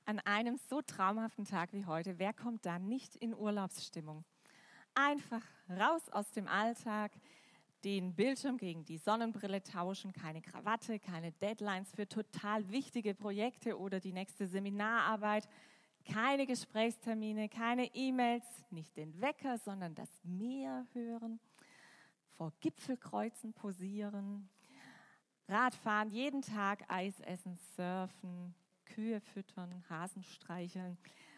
An einem so traumhaften Tag wie heute, wer kommt da nicht in Urlaubsstimmung? Einfach raus aus dem Alltag, den Bildschirm gegen die Sonnenbrille tauschen, keine Krawatte, keine Deadlines für total wichtige Projekte oder die nächste Seminararbeit, keine Gesprächstermine, keine E-Mails, nicht den Wecker, sondern das Meer hören, vor Gipfelkreuzen posieren, Radfahren, jeden Tag Eis essen, surfen, Kühe füttern, Hasen streicheln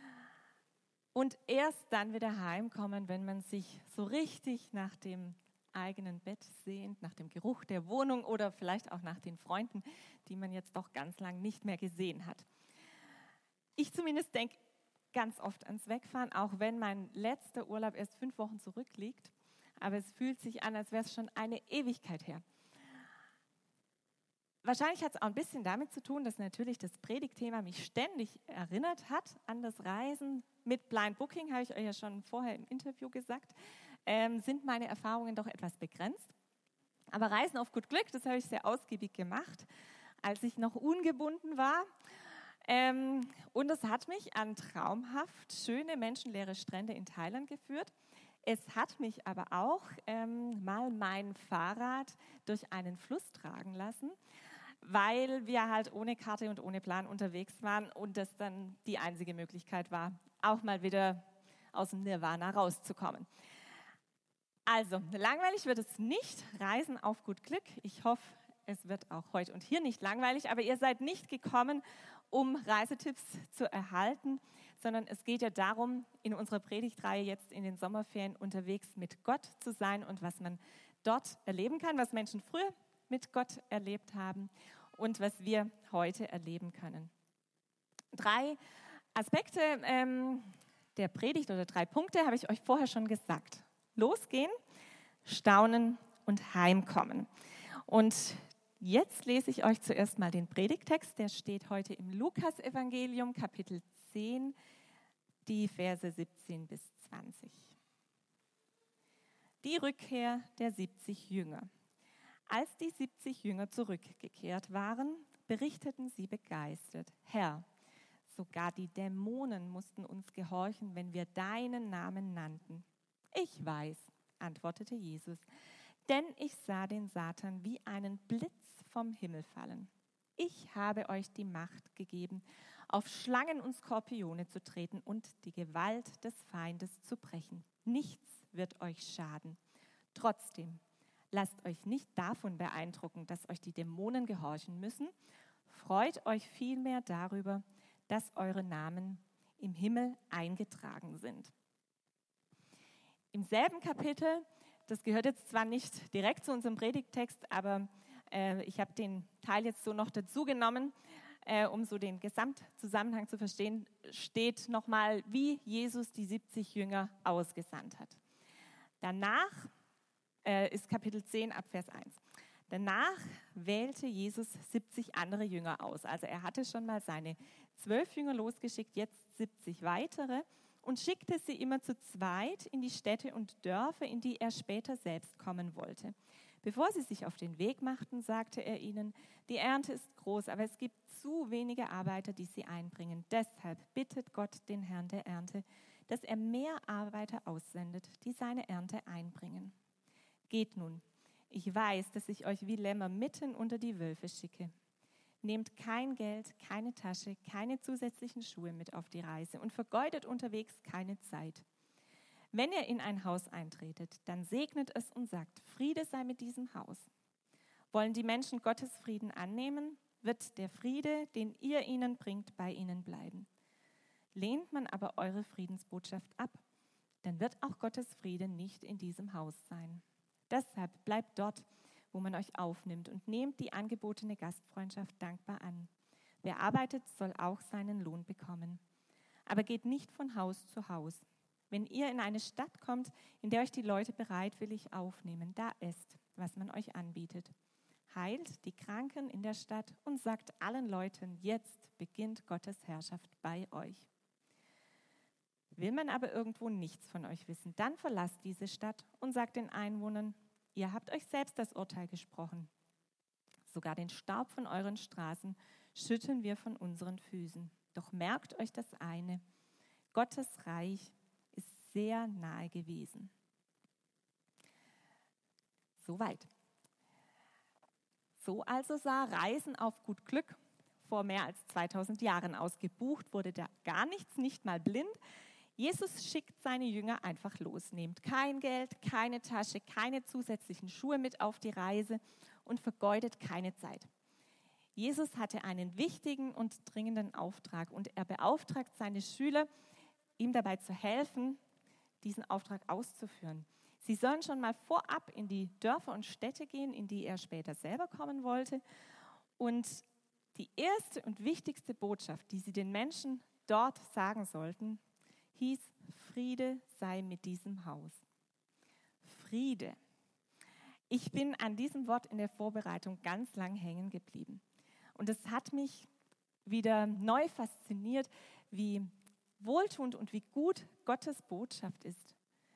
und erst dann wieder heimkommen, wenn man sich so richtig nach dem eigenen Bett sehnt, nach dem Geruch der Wohnung oder vielleicht auch nach den Freunden, die man jetzt doch ganz lang nicht mehr gesehen hat. Ich zumindest denke ganz oft ans Wegfahren, auch wenn mein letzter Urlaub erst 5 Wochen zurückliegt, aber es fühlt sich an, als wäre es schon eine Ewigkeit her. Wahrscheinlich hat es auch ein bisschen damit zu tun, dass natürlich das Predigtthema mich ständig erinnert hat an das Reisen. Mit Blind Booking, habe ich euch ja schon vorher im Interview gesagt, sind meine Erfahrungen doch etwas begrenzt. Aber Reisen auf gut Glück, das habe ich sehr ausgiebig gemacht, als ich noch ungebunden war. Und es hat mich an traumhaft schöne, menschenleere Strände in Thailand geführt. Es hat mich aber auch mal mein Fahrrad durch einen Fluss tragen lassen, weil wir halt ohne Karte und ohne Plan unterwegs waren und das dann die einzige Möglichkeit war, auch mal wieder aus dem Nirvana rauszukommen. Also, langweilig wird es nicht, Reisen auf gut Glück. Ich hoffe, es wird auch heute und hier nicht langweilig, aber ihr seid nicht gekommen, um Reisetipps zu erhalten, sondern es geht ja darum, in unserer Predigtreihe jetzt in den Sommerferien unterwegs mit Gott zu sein und was man dort erleben kann, was Menschen früher mit Gott erlebt haben und was wir heute erleben können. 3 Aspekte der Predigt oder 3 Punkte habe ich euch vorher schon gesagt. Losgehen, staunen und heimkommen. Und jetzt lese ich euch zuerst mal den Predigttext, der steht heute im Lukas-Evangelium, Kapitel 10, die Verse 17 bis 20. Die Rückkehr der 70 Jünger. Als die 70 Jünger zurückgekehrt waren, berichteten sie begeistert: Herr, sogar die Dämonen mussten uns gehorchen, wenn wir deinen Namen nannten. Ich weiß, antwortete Jesus, denn ich sah den Satan wie einen Blitz vom Himmel fallen. Ich habe euch die Macht gegeben, auf Schlangen und Skorpione zu treten und die Gewalt des Feindes zu brechen. Nichts wird euch schaden. Trotzdem, lasst euch nicht davon beeindrucken, dass euch die Dämonen gehorchen müssen. Freut euch vielmehr darüber, dass eure Namen im Himmel eingetragen sind. Im selben Kapitel, das gehört jetzt zwar nicht direkt zu unserem Predigttext, aber ich habe den Teil jetzt so noch dazu genommen, um so den Gesamtzusammenhang zu verstehen, steht nochmal, wie Jesus die 70 Jünger ausgesandt hat. Danach ist Kapitel 10 ab Vers 1. Danach wählte Jesus 70 andere Jünger aus. Also er hatte schon mal seine 12 Jünger losgeschickt, jetzt 70 weitere und schickte sie immer zu zweit in die Städte und Dörfer, in die er später selbst kommen wollte. Bevor sie sich auf den Weg machten, sagte er ihnen: Die Ernte ist groß, aber es gibt zu wenige Arbeiter, die sie einbringen. Deshalb bittet Gott den Herrn der Ernte, dass er mehr Arbeiter aussendet, die seine Ernte einbringen. Geht nun, ich weiß, dass ich euch wie Lämmer mitten unter die Wölfe schicke. Nehmt kein Geld, keine Tasche, keine zusätzlichen Schuhe mit auf die Reise und vergeudet unterwegs keine Zeit. Wenn ihr in ein Haus eintretet, dann segnet es und sagt: Friede sei mit diesem Haus. Wollen die Menschen Gottes Frieden annehmen, wird der Friede, den ihr ihnen bringt, bei ihnen bleiben. Lehnt man aber eure Friedensbotschaft ab, dann wird auch Gottes Friede nicht in diesem Haus sein. Deshalb bleibt dort, wo man euch aufnimmt, und nehmt die angebotene Gastfreundschaft dankbar an. Wer arbeitet, soll auch seinen Lohn bekommen. Aber geht nicht von Haus zu Haus. Wenn ihr in eine Stadt kommt, in der euch die Leute bereitwillig aufnehmen, da esst, was man euch anbietet. Heilt die Kranken in der Stadt und sagt allen Leuten: Jetzt beginnt Gottes Herrschaft bei euch. Will man aber irgendwo nichts von euch wissen, dann verlasst diese Stadt und sagt den Einwohnern: Ihr habt euch selbst das Urteil gesprochen. Sogar den Staub von euren Straßen schütteln wir von unseren Füßen. Doch merkt euch das eine: Gottes Reich ist sehr nahe gewesen. Soweit. So also sah Reisen auf gut Glück vor mehr als 2000 Jahren aus. Gebucht wurde da gar nichts, nicht mal blind. Jesus schickt seine Jünger einfach los, nehmt kein Geld, keine Tasche, keine zusätzlichen Schuhe mit auf die Reise und vergeudet keine Zeit. Jesus hatte einen wichtigen und dringenden Auftrag und er beauftragt seine Schüler, ihm dabei zu helfen, diesen Auftrag auszuführen. Sie sollen schon mal vorab in die Dörfer und Städte gehen, in die er später selber kommen wollte. Und die erste und wichtigste Botschaft, die sie den Menschen dort sagen sollten, hieß: Friede sei mit diesem Haus. Friede. Ich bin an diesem Wort in der Vorbereitung ganz lang hängen geblieben. Und es hat mich wieder neu fasziniert, wie wohltuend und wie gut Gottes Botschaft ist.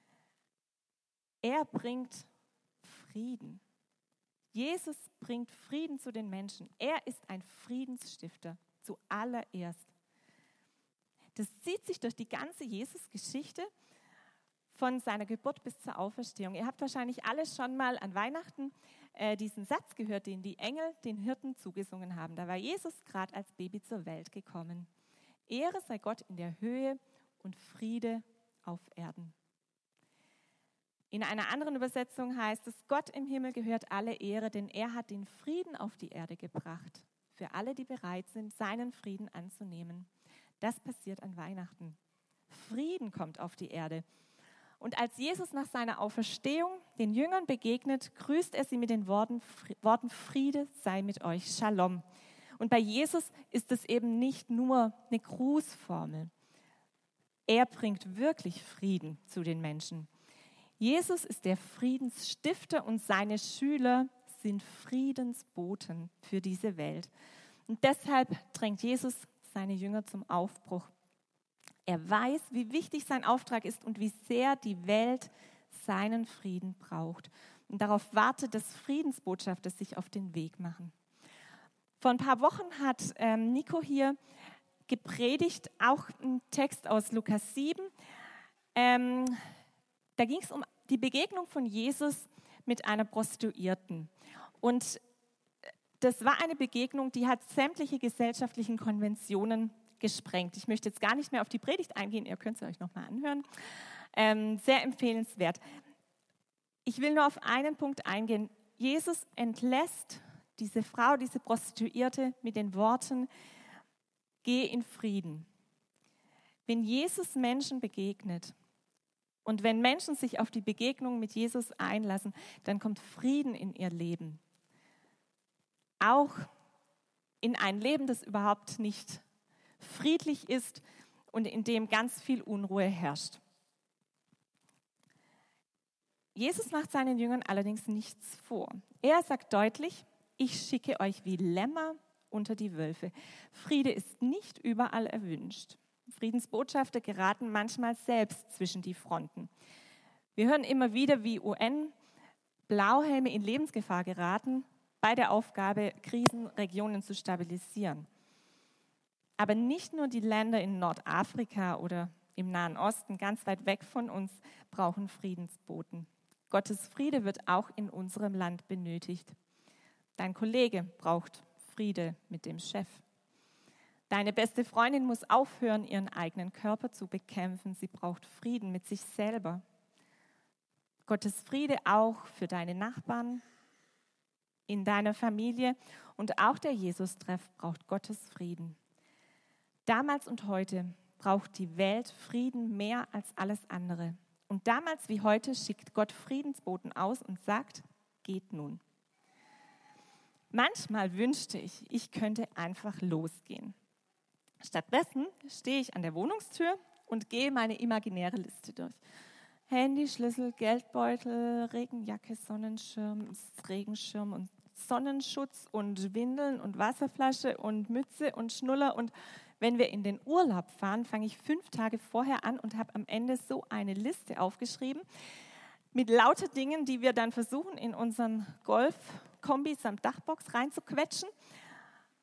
Er bringt Frieden. Jesus bringt Frieden zu den Menschen. Er ist ein Friedensstifter zuallererst. Das zieht sich durch die ganze Jesus-Geschichte von seiner Geburt bis zur Auferstehung. Ihr habt wahrscheinlich alle schon mal an Weihnachten diesen Satz gehört, den die Engel den Hirten zugesungen haben. Da war Jesus gerade als Baby zur Welt gekommen. Ehre sei Gott in der Höhe und Friede auf Erden. In einer anderen Übersetzung heißt es: Gott im Himmel gehört alle Ehre, denn er hat den Frieden auf die Erde gebracht. Für alle, die bereit sind, seinen Frieden anzunehmen. Das passiert an Weihnachten. Frieden kommt auf die Erde. Und als Jesus nach seiner Auferstehung den Jüngern begegnet, grüßt er sie mit den Worten: Friede sei mit euch, Shalom. Und bei Jesus ist es eben nicht nur eine Grußformel. Er bringt wirklich Frieden zu den Menschen. Jesus ist der Friedensstifter und seine Schüler sind Friedensboten für diese Welt. Und deshalb drängt Jesus seine Jünger zum Aufbruch. Er weiß, wie wichtig sein Auftrag ist und wie sehr die Welt seinen Frieden braucht. Und darauf wartet, dass Friedensbotschafter sich auf den Weg machen. Vor ein paar Wochen hat Nico hier gepredigt, auch ein Text aus Lukas 7. Da ging es um die Begegnung von Jesus mit einer Prostituierten. Und das war eine Begegnung, die hat sämtliche gesellschaftlichen Konventionen gesprengt. Ich möchte jetzt gar nicht mehr auf die Predigt eingehen, ihr könnt es euch nochmal anhören. Sehr empfehlenswert. Ich will nur auf einen Punkt eingehen. Jesus entlässt diese Frau, diese Prostituierte mit den Worten: Geh in Frieden. Wenn Jesus Menschen begegnet, und wenn Menschen sich auf die Begegnung mit Jesus einlassen, dann kommt Frieden in ihr Leben. Auch in ein Leben, das überhaupt nicht friedlich ist und in dem ganz viel Unruhe herrscht. Jesus macht seinen Jüngern allerdings nichts vor. Er sagt deutlich: Ich schicke euch wie Lämmer unter die Wölfe. Friede ist nicht überall erwünscht. Friedensbotschafter geraten manchmal selbst zwischen die Fronten. Wir hören immer wieder, wie UN-Blauhelme in Lebensgefahr geraten bei der Aufgabe, Krisenregionen zu stabilisieren. Aber nicht nur die Länder in Nordafrika oder im Nahen Osten, ganz weit weg von uns, brauchen Friedensboten. Gottes Friede wird auch in unserem Land benötigt. Dein Kollege braucht Friede mit dem Chef. Deine beste Freundin muss aufhören, ihren eigenen Körper zu bekämpfen. Sie braucht Frieden mit sich selber. Gottes Friede auch für deine Nachbarn, in deiner Familie, und auch der Jesus-Treff braucht Gottes Frieden. Damals und heute braucht die Welt Frieden mehr als alles andere. Und damals wie heute schickt Gott Friedensboten aus und sagt: Geht nun. Manchmal wünschte ich, ich könnte einfach losgehen. Stattdessen stehe ich an der Wohnungstür und gehe meine imaginäre Liste durch. Handy, Schlüssel, Geldbeutel, Regenjacke, Sonnenschirm, Regenschirm und Sonnenschutz und Windeln und Wasserflasche und Mütze und Schnuller. Und wenn wir in den Urlaub fahren, fange ich 5 Tage vorher an und habe am Ende so eine Liste aufgeschrieben mit lauter Dingen, die wir dann versuchen, in unseren Golf-Kombi samt Dachbox reinzuquetschen.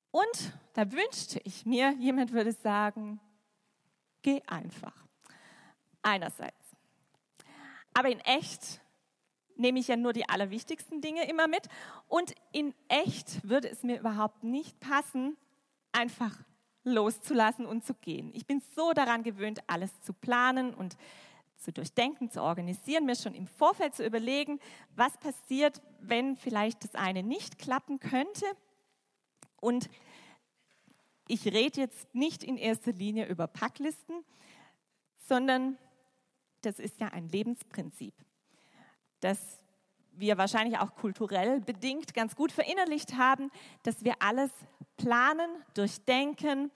Und da wünschte ich mir, jemand würde sagen, geh einfach. Einerseits. Aber in echt nehme ich ja nur die allerwichtigsten Dinge immer mit. Und in echt würde es mir überhaupt nicht passen, einfach loszulassen und zu gehen. Ich bin so daran gewöhnt, alles zu planen und zu durchdenken, zu organisieren, mir schon im Vorfeld zu überlegen, was passiert, wenn vielleicht das eine nicht klappen könnte. Und ich rede jetzt nicht in erster Linie über Packlisten, sondern das ist ja ein Lebensprinzip, das wir wahrscheinlich auch kulturell bedingt ganz gut verinnerlicht haben, dass wir alles planen, durchdenken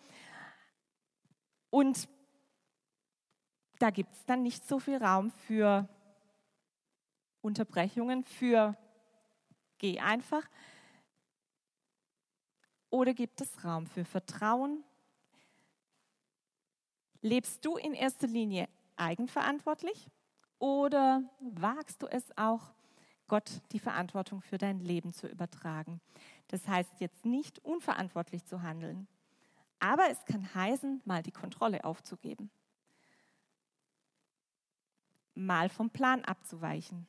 und da gibt es dann nicht so viel Raum für Unterbrechungen, für geh einfach. Oder gibt es Raum für Vertrauen? Lebst du in erster Linie eigenverantwortlich oder wagst du es auch, Gott die Verantwortung für dein Leben zu übertragen? Das heißt jetzt nicht unverantwortlich zu handeln, aber es kann heißen, mal die Kontrolle aufzugeben. Mal vom Plan abzuweichen,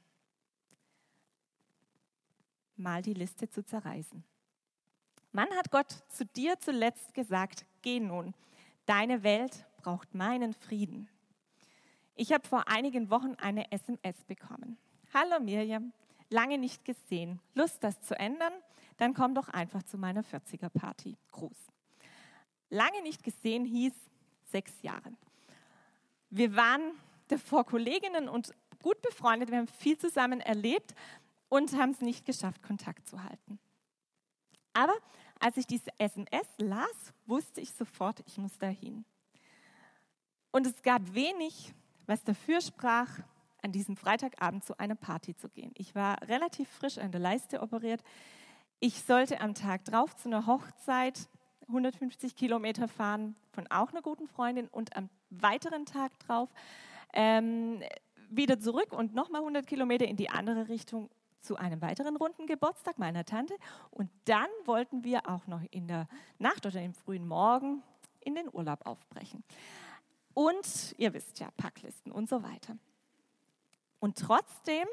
mal die Liste zu zerreißen. Wann hat Gott zu dir zuletzt gesagt, geh nun, deine Welt braucht meinen Frieden? Ich habe vor einigen Wochen eine SMS bekommen. Hallo Mirjam, lange nicht gesehen. Lust, das zu ändern? Dann komm doch einfach zu meiner 40er-Party. Gruß. Lange nicht gesehen hieß 6 Jahre. Wir waren davor Kolleginnen und gut befreundet. Wir haben viel zusammen erlebt und haben es nicht geschafft, Kontakt zu halten. Aber als ich diese SMS las, wusste ich sofort, ich muss dahin. Und es gab wenig, was dafür sprach, an diesem Freitagabend zu einer Party zu gehen. Ich war relativ frisch an der Leiste operiert. Ich sollte am Tag drauf zu einer Hochzeit 150 Kilometer fahren von auch einer guten Freundin und am weiteren Tag drauf wieder zurück und nochmal 100 Kilometer in die andere Richtung zu einem weiteren runden Geburtstag meiner Tante. Und dann wollten wir auch noch in der Nacht oder im frühen Morgen in den Urlaub aufbrechen. Und ihr wisst ja, Packlisten und so weiter. Und trotzdem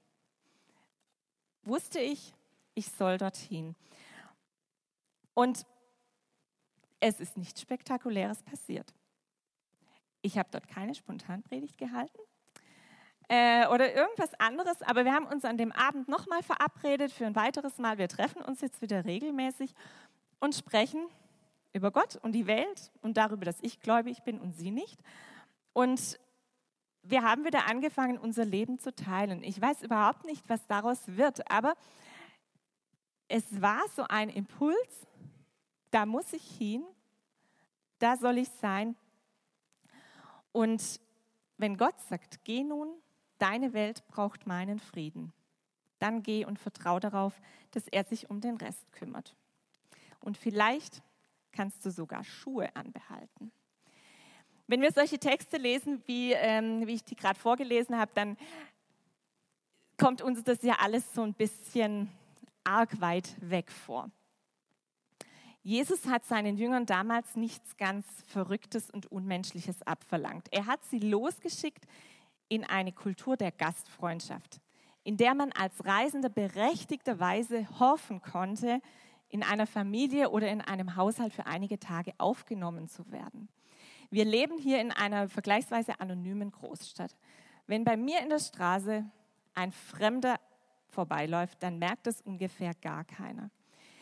wusste ich, ich soll dorthin. Und es ist nichts Spektakuläres passiert. Ich habe dort keine Spontanpredigt gehalten oder irgendwas anderes, aber wir haben uns an dem Abend nochmal verabredet für ein weiteres Mal. Wir treffen uns jetzt wieder regelmäßig und sprechen über Gott und die Welt und darüber, dass ich gläubig bin und sie nicht. Und wir haben wieder angefangen, unser Leben zu teilen. Ich weiß überhaupt nicht, was daraus wird, aber es war so ein Impuls, da muss ich hin, da soll ich sein. Und wenn Gott sagt, geh nun, deine Welt braucht meinen Frieden, dann geh und vertrau darauf, dass er sich um den Rest kümmert. Und vielleicht kannst du sogar Schuhe anbehalten. Wenn wir solche Texte lesen, wie ich die gerade vorgelesen habe, dann kommt uns das ja alles so ein bisschen arg weit weg vor. Jesus hat seinen Jüngern damals nichts ganz Verrücktes und Unmenschliches abverlangt. Er hat sie losgeschickt in eine Kultur der Gastfreundschaft, in der man als Reisender berechtigterweise hoffen konnte, in einer Familie oder in einem Haushalt für einige Tage aufgenommen zu werden. Wir leben hier in einer vergleichsweise anonymen Großstadt. Wenn bei mir in der Straße ein Fremder vorbeiläuft, dann merkt es ungefähr gar keiner.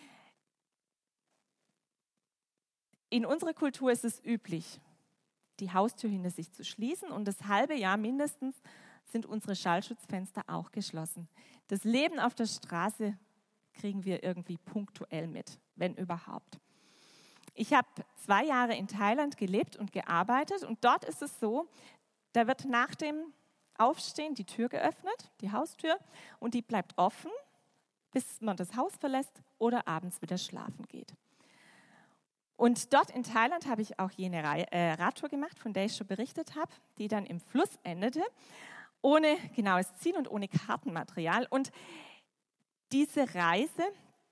In unserer Kultur ist es üblich, die Haustür hinter sich zu schließen und das halbe Jahr mindestens sind unsere Schallschutzfenster auch geschlossen. Das Leben auf der Straße kriegen wir irgendwie punktuell mit, wenn überhaupt. Ich habe 2 Jahre in Thailand gelebt und gearbeitet und dort ist es so, da wird nach dem Aufstehen die Tür geöffnet, die Haustür, und die bleibt offen, bis man das Haus verlässt oder abends wieder schlafen geht. Und dort in Thailand habe ich auch jene Radtour gemacht, von der ich schon berichtet habe, die dann im Fluss endete, ohne genaues Ziel und ohne Kartenmaterial. Und diese Reise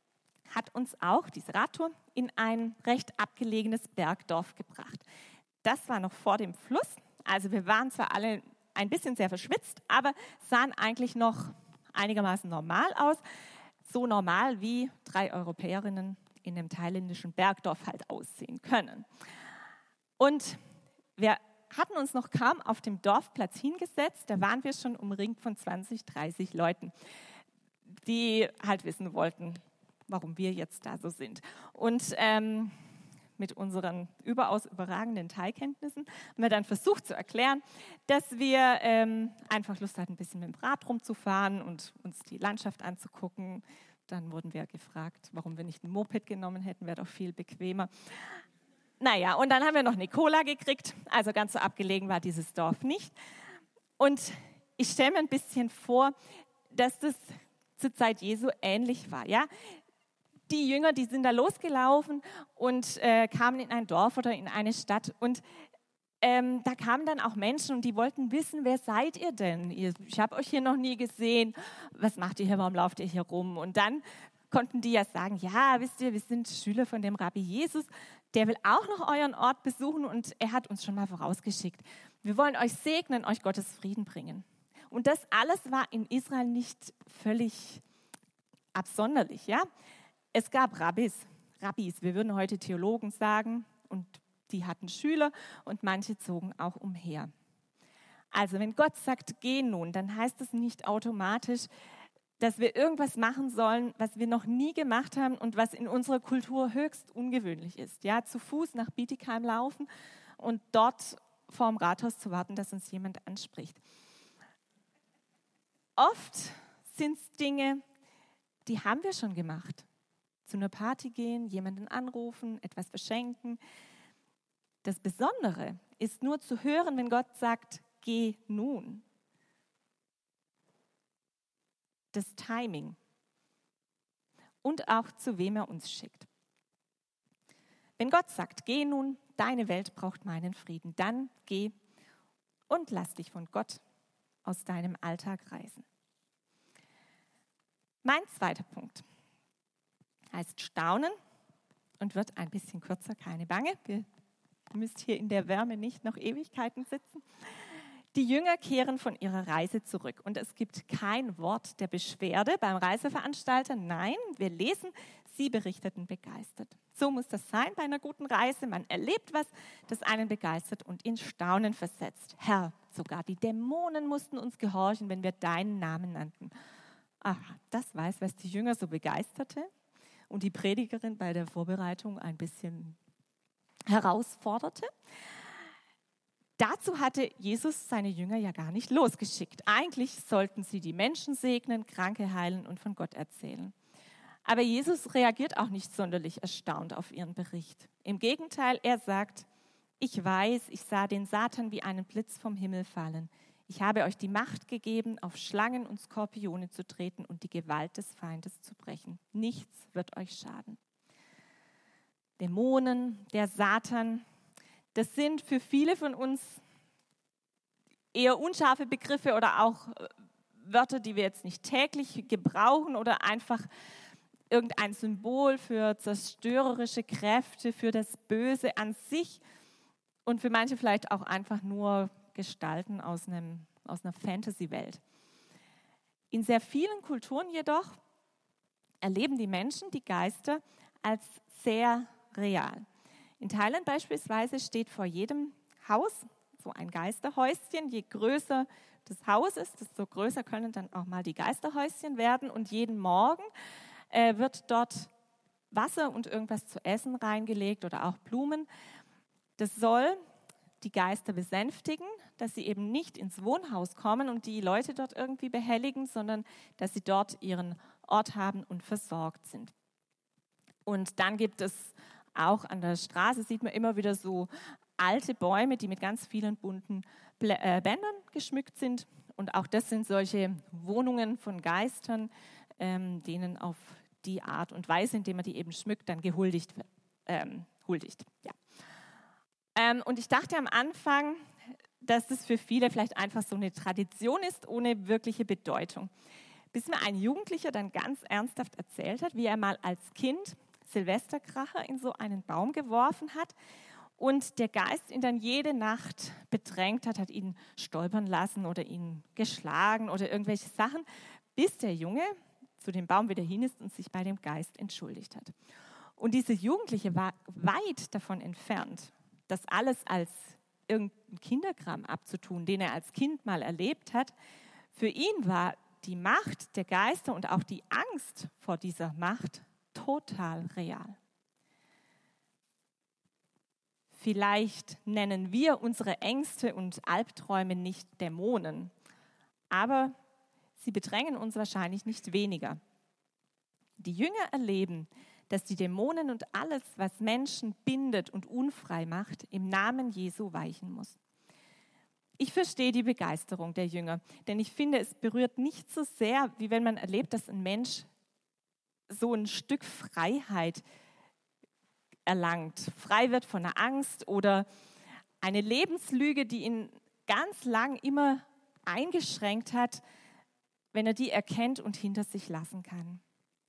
hat uns auch diese Radtour in ein recht abgelegenes Bergdorf gebracht. Das war noch vor dem Fluss, also wir waren zwar alle ein bisschen sehr verschwitzt, aber sahen eigentlich noch einigermaßen normal aus, so normal wie 3 Europäerinnen in einem thailändischen Bergdorf halt aussehen können. Und wir hatten uns noch kaum auf dem Dorfplatz hingesetzt, da waren wir schon umringt von 20, 30 Leuten, die halt wissen wollten, warum wir jetzt da so sind. Und mit unseren überaus überragenden Thai-Kenntnissen haben wir dann versucht zu erklären, dass wir einfach Lust hatten, ein bisschen mit dem Rad rumzufahren und uns die Landschaft anzugucken. Dann wurden wir gefragt, warum wir nicht ein Moped genommen hätten, wäre doch viel bequemer. Naja, und dann haben wir noch eine Cola gekriegt, also ganz so abgelegen war dieses Dorf nicht. Und ich stelle mir ein bisschen vor, dass das zur Zeit Jesu ähnlich war. Ja? Die Jünger, die sind da losgelaufen und kamen in ein Dorf oder in eine Stadt und da kamen dann auch Menschen und die wollten wissen, wer seid ihr denn? Ich habe euch hier noch nie gesehen. Was macht ihr hier? Warum lauft ihr hier rum? Und dann konnten die ja sagen, ja, wisst ihr, wir sind Schüler von dem Rabbi Jesus. Der will auch noch euren Ort besuchen und er hat uns schon mal vorausgeschickt. Wir wollen euch segnen, euch Gottes Frieden bringen. Und das alles war in Israel nicht völlig absonderlich. Ja? Es gab Rabbis, wir würden heute Theologen sagen, und die hatten Schüler und manche zogen auch umher. Also wenn Gott sagt, geh nun, dann heißt das nicht automatisch, dass wir irgendwas machen sollen, was wir noch nie gemacht haben und was in unserer Kultur höchst ungewöhnlich ist. Ja, zu Fuß nach Bietigheim laufen und dort vorm Rathaus zu warten, dass uns jemand anspricht. Oft sind es Dinge, die haben wir schon gemacht. Zu einer Party gehen, jemanden anrufen, etwas verschenken. Das Besondere ist nur zu hören, wenn Gott sagt, geh nun. Das Timing und auch zu wem er uns schickt. Wenn Gott sagt, geh nun, deine Welt braucht meinen Frieden, dann geh und lass dich von Gott aus deinem Alltag reißen. Mein zweiter Punkt heißt Staunen und wird ein bisschen kürzer, keine Bange. Ihr müsst hier in der Wärme nicht noch Ewigkeiten sitzen. Die Jünger kehren von ihrer Reise zurück und es gibt kein Wort der Beschwerde beim Reiseveranstalter. Nein, wir lesen, sie berichteten begeistert. So muss das sein bei einer guten Reise. Man erlebt was, das einen begeistert und in Staunen versetzt. Herr, sogar die Dämonen mussten uns gehorchen, wenn wir deinen Namen nannten. Aha, das weiß, was die Jünger so begeisterte und die Predigerin bei der Vorbereitung ein bisschen herausforderte. Dazu hatte Jesus seine Jünger ja gar nicht losgeschickt. Eigentlich sollten sie die Menschen segnen, Kranke heilen und von Gott erzählen. Aber Jesus reagiert auch nicht sonderlich erstaunt auf ihren Bericht. Im Gegenteil, er sagt, ich weiß, ich sah den Satan wie einen Blitz vom Himmel fallen. Ich habe euch die Macht gegeben, auf Schlangen und Skorpione zu treten und die Gewalt des Feindes zu brechen. Nichts wird euch schaden. Dämonen, der Satan, das sind für viele von uns eher unscharfe Begriffe oder auch Wörter, die wir jetzt nicht täglich gebrauchen oder einfach irgendein Symbol für zerstörerische Kräfte, für das Böse an sich und für manche vielleicht auch einfach nur Gestalten aus einer Fantasy-Welt. In sehr vielen Kulturen jedoch erleben die Menschen die Geister als sehr real. In Thailand beispielsweise steht vor jedem Haus so ein Geisterhäuschen. Je größer das Haus ist, desto größer können dann auch mal die Geisterhäuschen werden. Und jeden Morgen wird dort Wasser und irgendwas zu essen reingelegt oder auch Blumen. Das soll die Geister besänftigen, dass sie eben nicht ins Wohnhaus kommen und die Leute dort irgendwie behelligen, sondern dass sie dort ihren Ort haben und versorgt sind. Und dann gibt es auch an der Straße, sieht man immer wieder so alte Bäume, die mit ganz vielen bunten Bändern geschmückt sind. Und auch das sind solche Wohnungen von Geistern, denen auf die Art und Weise, indem man die eben schmückt, dann gehuldigt wird. Ja. Und ich dachte am Anfang, dass das für viele vielleicht einfach so eine Tradition ist, ohne wirkliche Bedeutung. Bis mir ein Jugendlicher dann ganz ernsthaft erzählt hat, wie er mal als Kind Silvesterkracher in so einen Baum geworfen hat und der Geist ihn dann jede Nacht bedrängt hat ihn stolpern lassen oder ihn geschlagen oder irgendwelche Sachen, bis der Junge zu dem Baum wieder hin ist und sich bei dem Geist entschuldigt hat. Und dieser Jugendliche war weit davon entfernt, das alles als irgendein Kinderkram abzutun, den er als Kind mal erlebt hat. Für ihn war die Macht der Geister und auch die Angst vor dieser Macht total real. Vielleicht nennen wir unsere Ängste und Albträume nicht Dämonen, aber sie bedrängen uns wahrscheinlich nicht weniger. Die Jünger erleben, dass die Dämonen und alles, was Menschen bindet und unfrei macht, im Namen Jesu weichen muss. Ich verstehe die Begeisterung der Jünger, denn ich finde, es berührt nicht so sehr, wie wenn man erlebt, dass ein Mensch so ein Stück Freiheit erlangt, frei wird von der Angst oder eine Lebenslüge, die ihn ganz lang immer eingeschränkt hat, wenn er die erkennt und hinter sich lassen kann.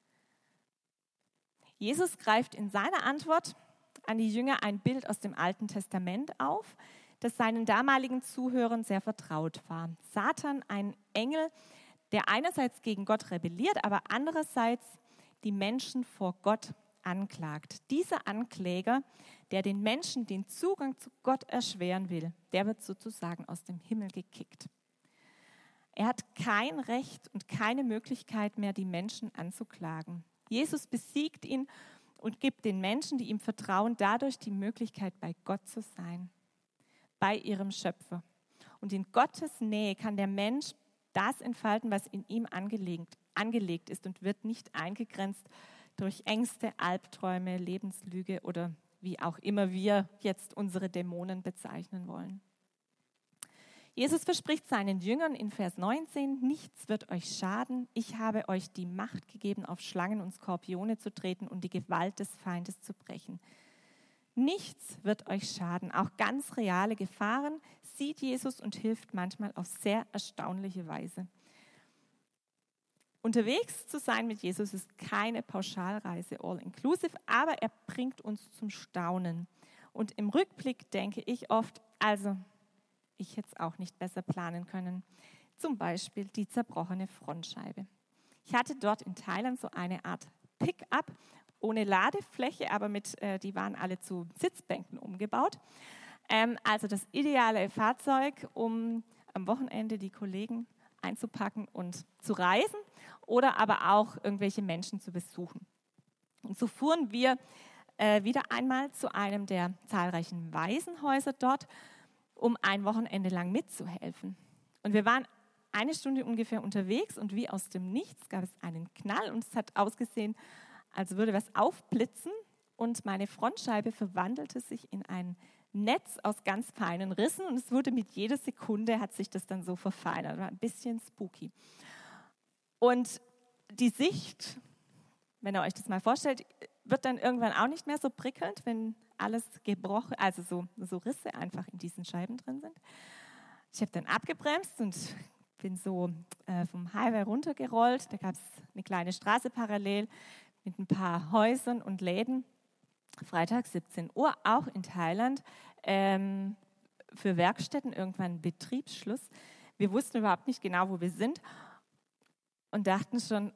Jesus greift in seiner Antwort an die Jünger ein Bild aus dem Alten Testament auf, das seinen damaligen Zuhörern sehr vertraut war. Satan, ein Engel, der einerseits gegen Gott rebelliert, aber andererseits die Menschen vor Gott anklagt. Dieser Ankläger, der den Menschen den Zugang zu Gott erschweren will, der wird sozusagen aus dem Himmel gekickt. Er hat kein Recht und keine Möglichkeit mehr, die Menschen anzuklagen. Jesus besiegt ihn und gibt den Menschen, die ihm vertrauen, dadurch die Möglichkeit, bei Gott zu sein, bei ihrem Schöpfer. Und in Gottes Nähe kann der Mensch das entfalten, was in ihm angelegt ist und wird nicht eingegrenzt durch Ängste, Albträume, Lebenslüge oder wie auch immer wir jetzt unsere Dämonen bezeichnen wollen. Jesus verspricht seinen Jüngern in Vers 19, nichts wird euch schaden, ich habe euch die Macht gegeben, auf Schlangen und Skorpione zu treten und die Gewalt des Feindes zu brechen. Nichts wird euch schaden, auch ganz reale Gefahren sieht Jesus und hilft manchmal auf sehr erstaunliche Weise. Unterwegs zu sein mit Jesus ist keine Pauschalreise, all-inclusive, aber er bringt uns zum Staunen. Und im Rückblick denke ich oft, ich hätte es auch nicht besser planen können. Zum Beispiel die zerbrochene Frontscheibe. Ich hatte dort in Thailand so eine Art Pick-up ohne Ladefläche, aber die waren alle zu Sitzbänken umgebaut. Also das ideale Fahrzeug, um am Wochenende die Kollegen einzupacken und zu reisen oder aber auch irgendwelche Menschen zu besuchen. Und so fuhren wir wieder einmal zu einem der zahlreichen Waisenhäuser dort, um ein Wochenende lang mitzuhelfen. Und wir waren 1 Stunde ungefähr unterwegs und wie aus dem Nichts gab es einen Knall und es hat ausgesehen, als würde was aufblitzen und meine Frontscheibe verwandelte sich in ein Netz aus ganz feinen Rissen und es wurde mit jeder Sekunde, hat sich das dann so verfeinert, war ein bisschen spooky. Und die Sicht, wenn ihr euch das mal vorstellt, wird dann irgendwann auch nicht mehr so prickelnd, wenn alles gebrochen, also so Risse einfach in diesen Scheiben drin sind. Ich habe dann abgebremst und bin so vom Highway runtergerollt. Da gab es eine kleine Straße parallel mit ein paar Häusern und Läden. Freitag 17 Uhr, auch in Thailand, für Werkstätten irgendwann Betriebsschluss. Wir wussten überhaupt nicht genau, wo wir sind und dachten schon,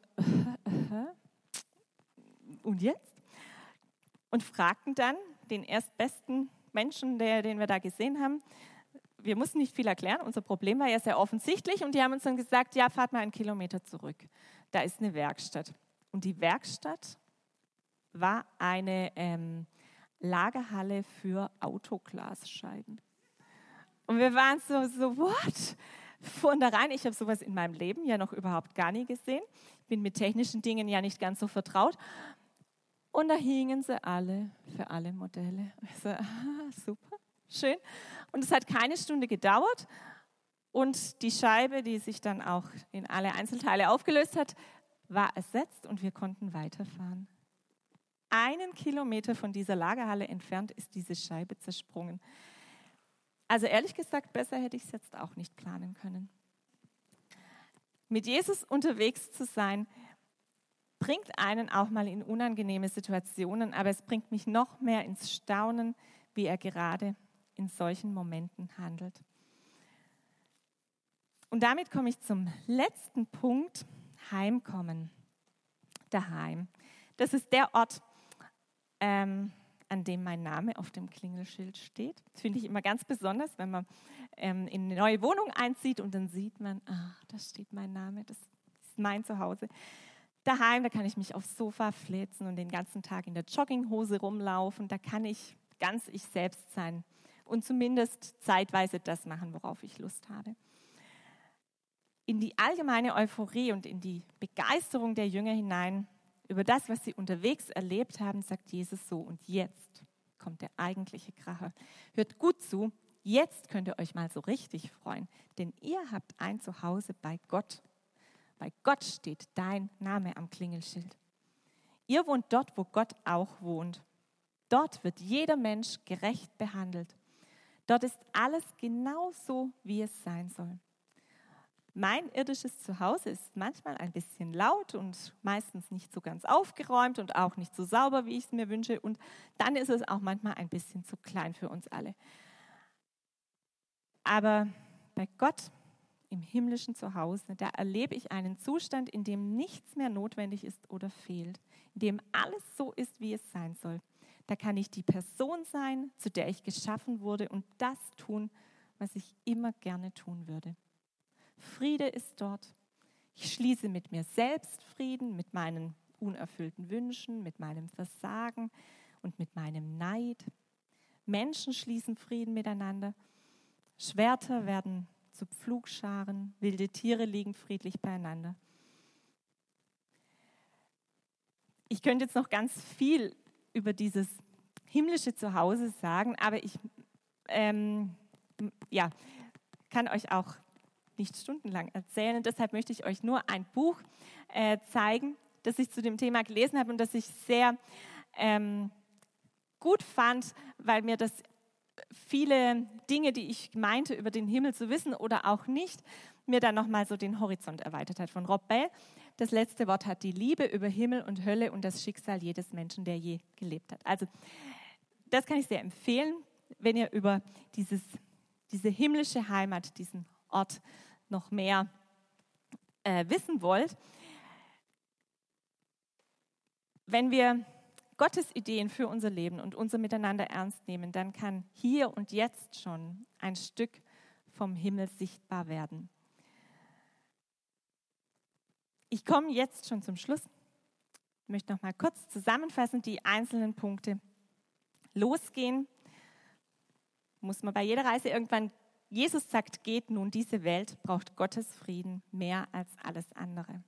und jetzt? Und fragten dann den erstbesten Menschen, den wir da gesehen haben. Wir mussten nicht viel erklären, unser Problem war ja sehr offensichtlich und die haben uns dann gesagt, ja, fahrt mal 1 Kilometer zurück. Da ist eine Werkstatt. Und die Werkstatt war eine Lagerhalle für Autoglasscheiben. Und wir waren so what? Fuhren da rein. Ich habe sowas in meinem Leben ja noch überhaupt gar nie gesehen. Ich bin mit technischen Dingen ja nicht ganz so vertraut. Und da hingen sie alle für alle Modelle. Ich so, super, schön. Und es hat keine Stunde gedauert. Und die Scheibe, die sich dann auch in alle Einzelteile aufgelöst hat, war ersetzt und wir konnten weiterfahren. 1 Kilometer von dieser Lagerhalle entfernt ist diese Scheibe zersprungen. Also ehrlich gesagt, besser hätte ich es jetzt auch nicht planen können. Mit Jesus unterwegs zu sein, bringt einen auch mal in unangenehme Situationen, aber es bringt mich noch mehr ins Staunen, wie er gerade in solchen Momenten handelt. Und damit komme ich zum letzten Punkt, Heimkommen. Daheim. Das ist der Ort, an dem mein Name auf dem Klingelschild steht. Das finde ich immer ganz besonders, wenn man in eine neue Wohnung einzieht und dann sieht man, da steht mein Name, das ist mein Zuhause. Daheim, da kann ich mich aufs Sofa flitzen und den ganzen Tag in der Jogginghose rumlaufen. Da kann ich ganz ich selbst sein und zumindest zeitweise das machen, worauf ich Lust habe. In die allgemeine Euphorie und in die Begeisterung der Jünger hinein über das, was sie unterwegs erlebt haben, sagt Jesus so: Und jetzt kommt der eigentliche Kracher. Hört gut zu, jetzt könnt ihr euch mal so richtig freuen, denn ihr habt ein Zuhause bei Gott. Bei Gott steht dein Name am Klingelschild. Ihr wohnt dort, wo Gott auch wohnt. Dort wird jeder Mensch gerecht behandelt. Dort ist alles genau so, wie es sein soll. Mein irdisches Zuhause ist manchmal ein bisschen laut und meistens nicht so ganz aufgeräumt und auch nicht so sauber, wie ich es mir wünsche. Und dann ist es auch manchmal ein bisschen zu klein für uns alle. Aber bei Gott im himmlischen Zuhause, da erlebe ich einen Zustand, in dem nichts mehr notwendig ist oder fehlt, in dem alles so ist, wie es sein soll. Da kann ich die Person sein, zu der ich geschaffen wurde und das tun, was ich immer gerne tun würde. Friede ist dort. Ich schließe mit mir selbst Frieden, mit meinen unerfüllten Wünschen, mit meinem Versagen und mit meinem Neid. Menschen schließen Frieden miteinander. Schwerter werden zu Pflugscharen, wilde Tiere liegen friedlich beieinander. Ich könnte jetzt noch ganz viel über dieses himmlische Zuhause sagen, aber ich kann euch auch nicht stundenlang erzählen. Und deshalb möchte ich euch nur ein Buch zeigen, das ich zu dem Thema gelesen habe und das ich sehr gut fand, weil mir das viele Dinge, die ich meinte, über den Himmel zu wissen oder auch nicht, mir dann nochmal so den Horizont erweitert hat. Von Rob Bell. Das letzte Wort hat die Liebe über Himmel und Hölle und das Schicksal jedes Menschen, der je gelebt hat. Also das kann ich sehr empfehlen, wenn ihr über diese himmlische Heimat, diesen Ort noch mehr wissen wollt. Wenn wir Gottes Ideen für unser Leben und unser Miteinander ernst nehmen, dann kann hier und jetzt schon ein Stück vom Himmel sichtbar werden. Ich komme jetzt schon zum Schluss. Ich möchte noch mal kurz zusammenfassen, die einzelnen Punkte. Losgehen muss man bei jeder Reise irgendwann. Jesus sagt, geht nun, diese Welt braucht Gottes Frieden mehr als alles andere.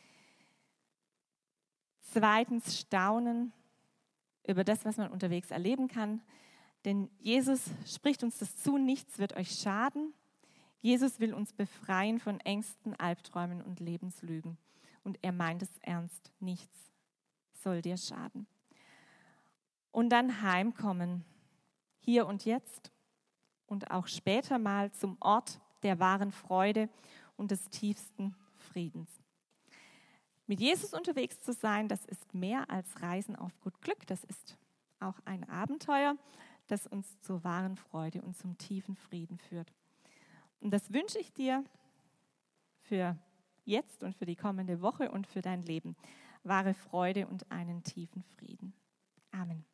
Zweitens, staunen über das, was man unterwegs erleben kann. Denn Jesus spricht uns das zu, nichts wird euch schaden. Jesus will uns befreien von Ängsten, Albträumen und Lebenslügen. Und er meint es ernst, nichts soll dir schaden. Und dann heimkommen, hier und jetzt und auch später mal zum Ort der wahren Freude und des tiefsten Friedens. Mit Jesus unterwegs zu sein, das ist mehr als Reisen auf gut Glück. Das ist auch ein Abenteuer, das uns zur wahren Freude und zum tiefen Frieden führt. Und das wünsche ich dir für jetzt und für die kommende Woche und für dein Leben. Wahre Freude und einen tiefen Frieden. Amen.